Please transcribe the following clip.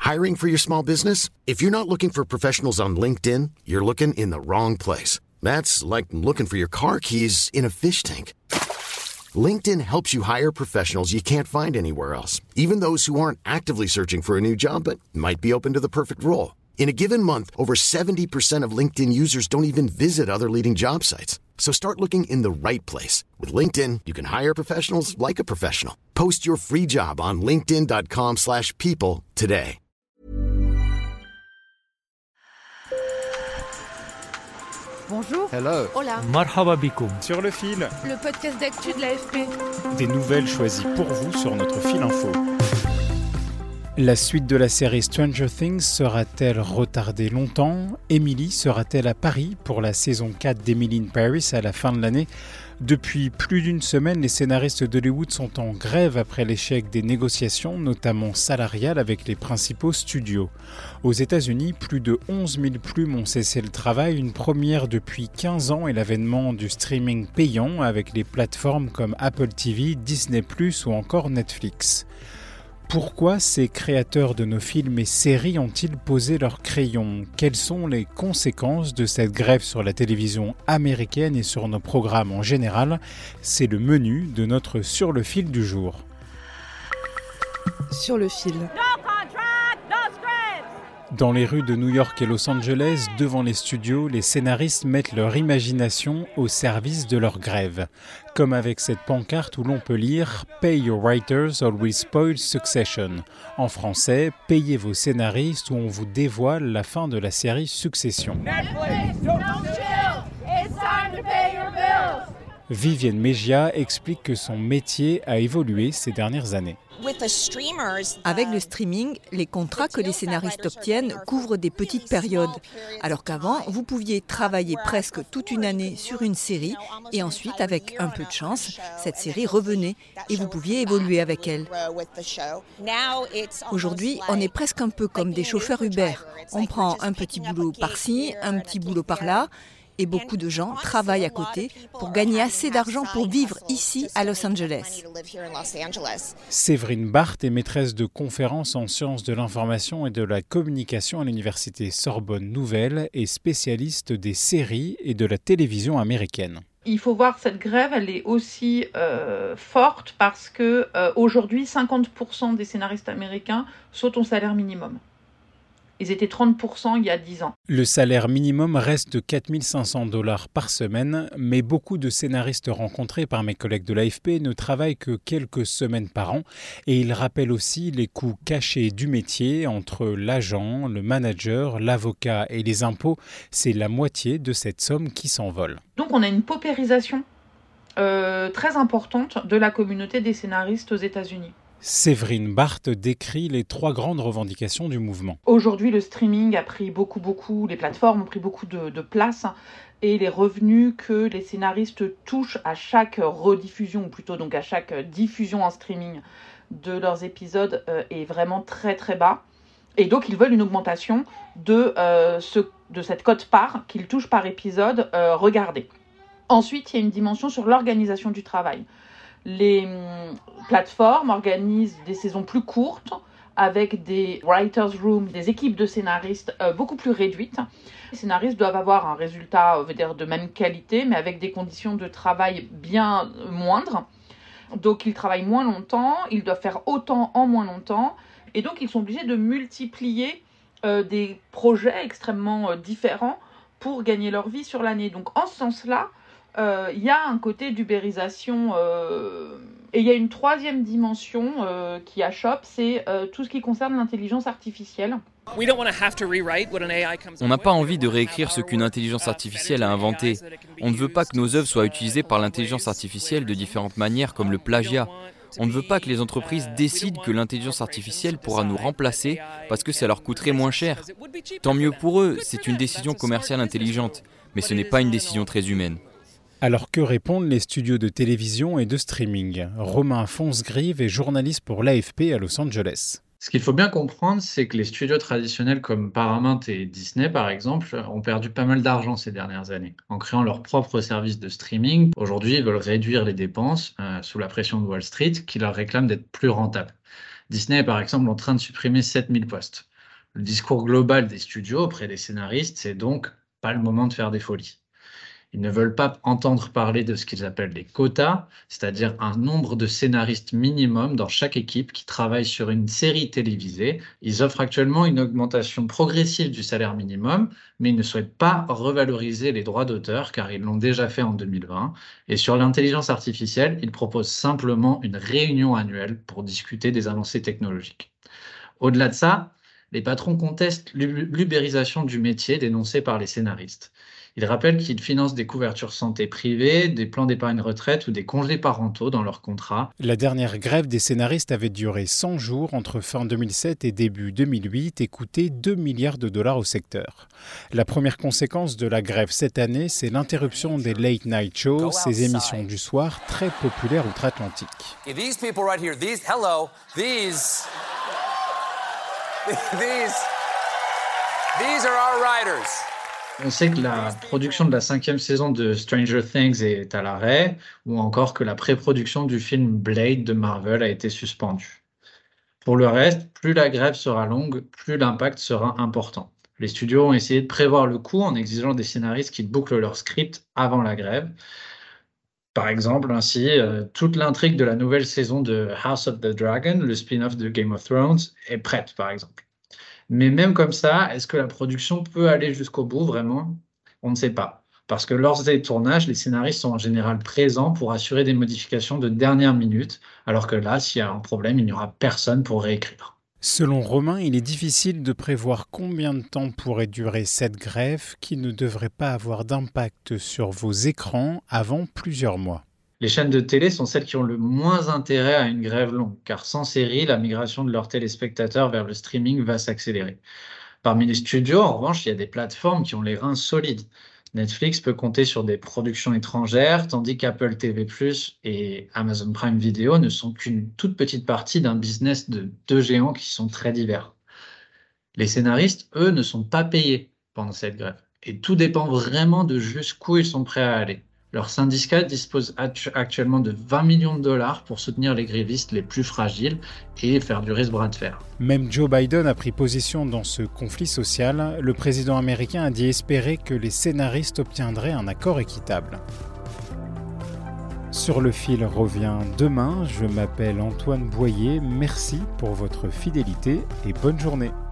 Hiring for your small business? If you're not looking for professionals on LinkedIn, you're looking in the wrong place. That's like looking for your car keys in a fish tank. LinkedIn helps you hire professionals you can't find anywhere else, even those who aren't actively searching for a new job but might be open to the perfect role. In a given month, over 70% of LinkedIn users don't even visit other leading job sites. So start looking in the right place. With LinkedIn, you can hire professionals like a professional. Post your free job on linkedin.com/people today. Bonjour. Hello. Hola. Marhaba bikoum. Sur le fil. Le podcast d'actu de l'AFP. Des nouvelles choisies pour vous sur notre fil info. La suite de la série Stranger Things sera-t-elle retardée longtemps ? Emily sera-t-elle à Paris pour la saison 4 d'Emily in Paris à la fin de l'année ? Depuis plus d'une semaine, les scénaristes d'Hollywood sont en grève après l'échec des négociations, notamment salariales avec les principaux studios. Aux États-Unis, plus de 11 000 plumes ont cessé le travail, une première depuis 15 ans et l'avènement du streaming payant avec les plateformes comme Apple TV, Disney+, ou encore Netflix. Pourquoi ces créateurs de nos films et séries ont-ils posé leur crayon ? Quelles sont les conséquences de cette grève sur la télévision américaine et sur nos programmes en général ? C'est le menu de notre Sur le fil du jour. Sur le fil. Dans les rues de New York et Los Angeles, devant les studios, les scénaristes mettent leur imagination au service de leur grève. Comme avec cette pancarte où l'on peut lire « Pay your writers or we'll spoil Succession ». En français, « Payez vos scénaristes ou on vous dévoile la fin de la série Succession ». Vivienne Mejia explique que son métier a évolué ces dernières années. Avec le streaming, les contrats que les scénaristes obtiennent couvrent des petites périodes, alors qu'avant, vous pouviez travailler presque toute une année sur une série et ensuite, avec un peu de chance, cette série revenait et vous pouviez évoluer avec elle. Aujourd'hui, on est presque un peu comme des chauffeurs Uber. On prend un petit boulot par-ci, un petit boulot par-là. Et beaucoup de gens travaillent à côté pour gagner assez d'argent pour vivre ici à Los Angeles. Séverine Barth est maîtresse de conférences en sciences de l'information et de la communication à l'université Sorbonne Nouvelle et spécialiste des séries et de la télévision américaine. Il faut voir cette grève, elle est aussi forte parce que aujourd'hui, 50% des scénaristes américains sont au salaire minimum. Ils étaient 30% il y a 10 ans. Le salaire minimum reste de 4 500 $ par semaine, mais beaucoup de scénaristes rencontrés par mes collègues de l'AFP ne travaillent que quelques semaines par an et ils rappellent aussi les coûts cachés du métier entre l'agent, le manager, l'avocat et les impôts. C'est la moitié de cette somme qui s'envole. Donc on a une paupérisation très importante de la communauté des scénaristes aux États-Unis. Séverine Barth décrit les 3 grandes revendications du mouvement. Aujourd'hui, le streaming a pris beaucoup, les plateformes ont pris beaucoup de place et les revenus que les scénaristes touchent à chaque rediffusion, ou plutôt donc à chaque diffusion en streaming de leurs épisodes est vraiment très très bas. Et donc, ils veulent une augmentation de cette quote-part qu'ils touchent par épisode regardé. Ensuite, il y a une dimension sur l'organisation du travail. Les plateformes organisent des saisons plus courtes avec des writers' rooms, des équipes de scénaristes beaucoup plus réduites. Les scénaristes doivent avoir un résultat de même qualité, mais avec des conditions de travail bien moindres. Donc ils travaillent moins longtemps, ils doivent faire autant en moins longtemps, et donc ils sont obligés de multiplier des projets extrêmement différents pour gagner leur vie sur l'année. Donc en ce sens-là, il y a un côté d'ubérisation et il y a une troisième dimension qui achoppe, c'est tout ce qui concerne l'intelligence artificielle. On n'a pas envie de réécrire ce qu'une intelligence artificielle a inventé. On ne veut pas que nos œuvres soient utilisées par l'intelligence artificielle de différentes manières comme le plagiat. On ne veut pas que les entreprises décident que l'intelligence artificielle pourra nous remplacer parce que ça leur coûterait moins cher. Tant mieux pour eux, c'est une décision commerciale intelligente, mais ce n'est pas une décision très humaine. Alors que répondent les studios de télévision et de streaming ? Romain Fonsgrive est journaliste pour l'AFP à Los Angeles. Ce qu'il faut bien comprendre, c'est que les studios traditionnels comme Paramount et Disney, par exemple, ont perdu pas mal d'argent ces dernières années en créant leur propre service de streaming. Aujourd'hui, ils veulent réduire les dépenses sous la pression de Wall Street qui leur réclame d'être plus rentables. Disney est par exemple en train de supprimer 7000 postes. Le discours global des studios auprès des scénaristes, c'est donc pas le moment de faire des folies. Ils ne veulent pas entendre parler de ce qu'ils appellent les quotas, c'est-à-dire un nombre de scénaristes minimum dans chaque équipe qui travaille sur une série télévisée. Ils offrent actuellement une augmentation progressive du salaire minimum, mais ils ne souhaitent pas revaloriser les droits d'auteur car ils l'ont déjà fait en 2020. Et sur l'intelligence artificielle, ils proposent simplement une réunion annuelle pour discuter des avancées technologiques. Au-delà de ça, les patrons contestent l'ubérisation du métier dénoncée par les scénaristes. Ils rappellent qu'ils financent des couvertures santé privées, des plans d'épargne retraite ou des congés parentaux dans leurs contrats. La dernière grève des scénaristes avait duré 100 jours entre fin 2007 et début 2008 et coûté 2 milliards de dollars au secteur. La première conséquence de la grève cette année, c'est l'interruption des late night shows, ces émissions du soir très populaires outre-Atlantique. These are our writers. On sait que la production de la 5e saison de Stranger Things est à l'arrêt, ou encore que la pré-production du film Blade de Marvel a été suspendue. Pour le reste, plus la grève sera longue, plus l'impact sera important. Les studios ont essayé de prévoir le coût en exigeant des scénaristes qui bouclent leur script avant la grève. Par exemple, ainsi, toute l'intrigue de la nouvelle saison de House of the Dragon, le spin-off de Game of Thrones, est prête, par exemple. Mais même comme ça, est-ce que la production peut aller jusqu'au bout, vraiment ? On ne sait pas. Parce que lors des tournages, les scénaristes sont en général présents pour assurer des modifications de dernière minute, alors que là, s'il y a un problème, il n'y aura personne pour réécrire. Selon Romain, il est difficile de prévoir combien de temps pourrait durer cette grève qui ne devrait pas avoir d'impact sur vos écrans avant plusieurs mois. Les chaînes de télé sont celles qui ont le moins intérêt à une grève longue, car sans série, la migration de leurs téléspectateurs vers le streaming va s'accélérer. Parmi les studios, en revanche, il y a des plateformes qui ont les reins solides. Netflix peut compter sur des productions étrangères, tandis qu'Apple TV+ et Amazon Prime Video ne sont qu'une toute petite partie d'un business de deux géants qui sont très divers. Les scénaristes, eux, ne sont pas payés pendant cette grève. Et tout dépend vraiment de jusqu'où ils sont prêts à aller. Leur syndicat dispose actuellement de 20 millions de dollars pour soutenir les grévistes les plus fragiles et faire durer ce bras de fer. Même Joe Biden a pris position dans ce conflit social. Le président américain a dit espérer que les scénaristes obtiendraient un accord équitable. Sur le fil revient demain. Je m'appelle Antoine Boyer. Merci pour votre fidélité et bonne journée.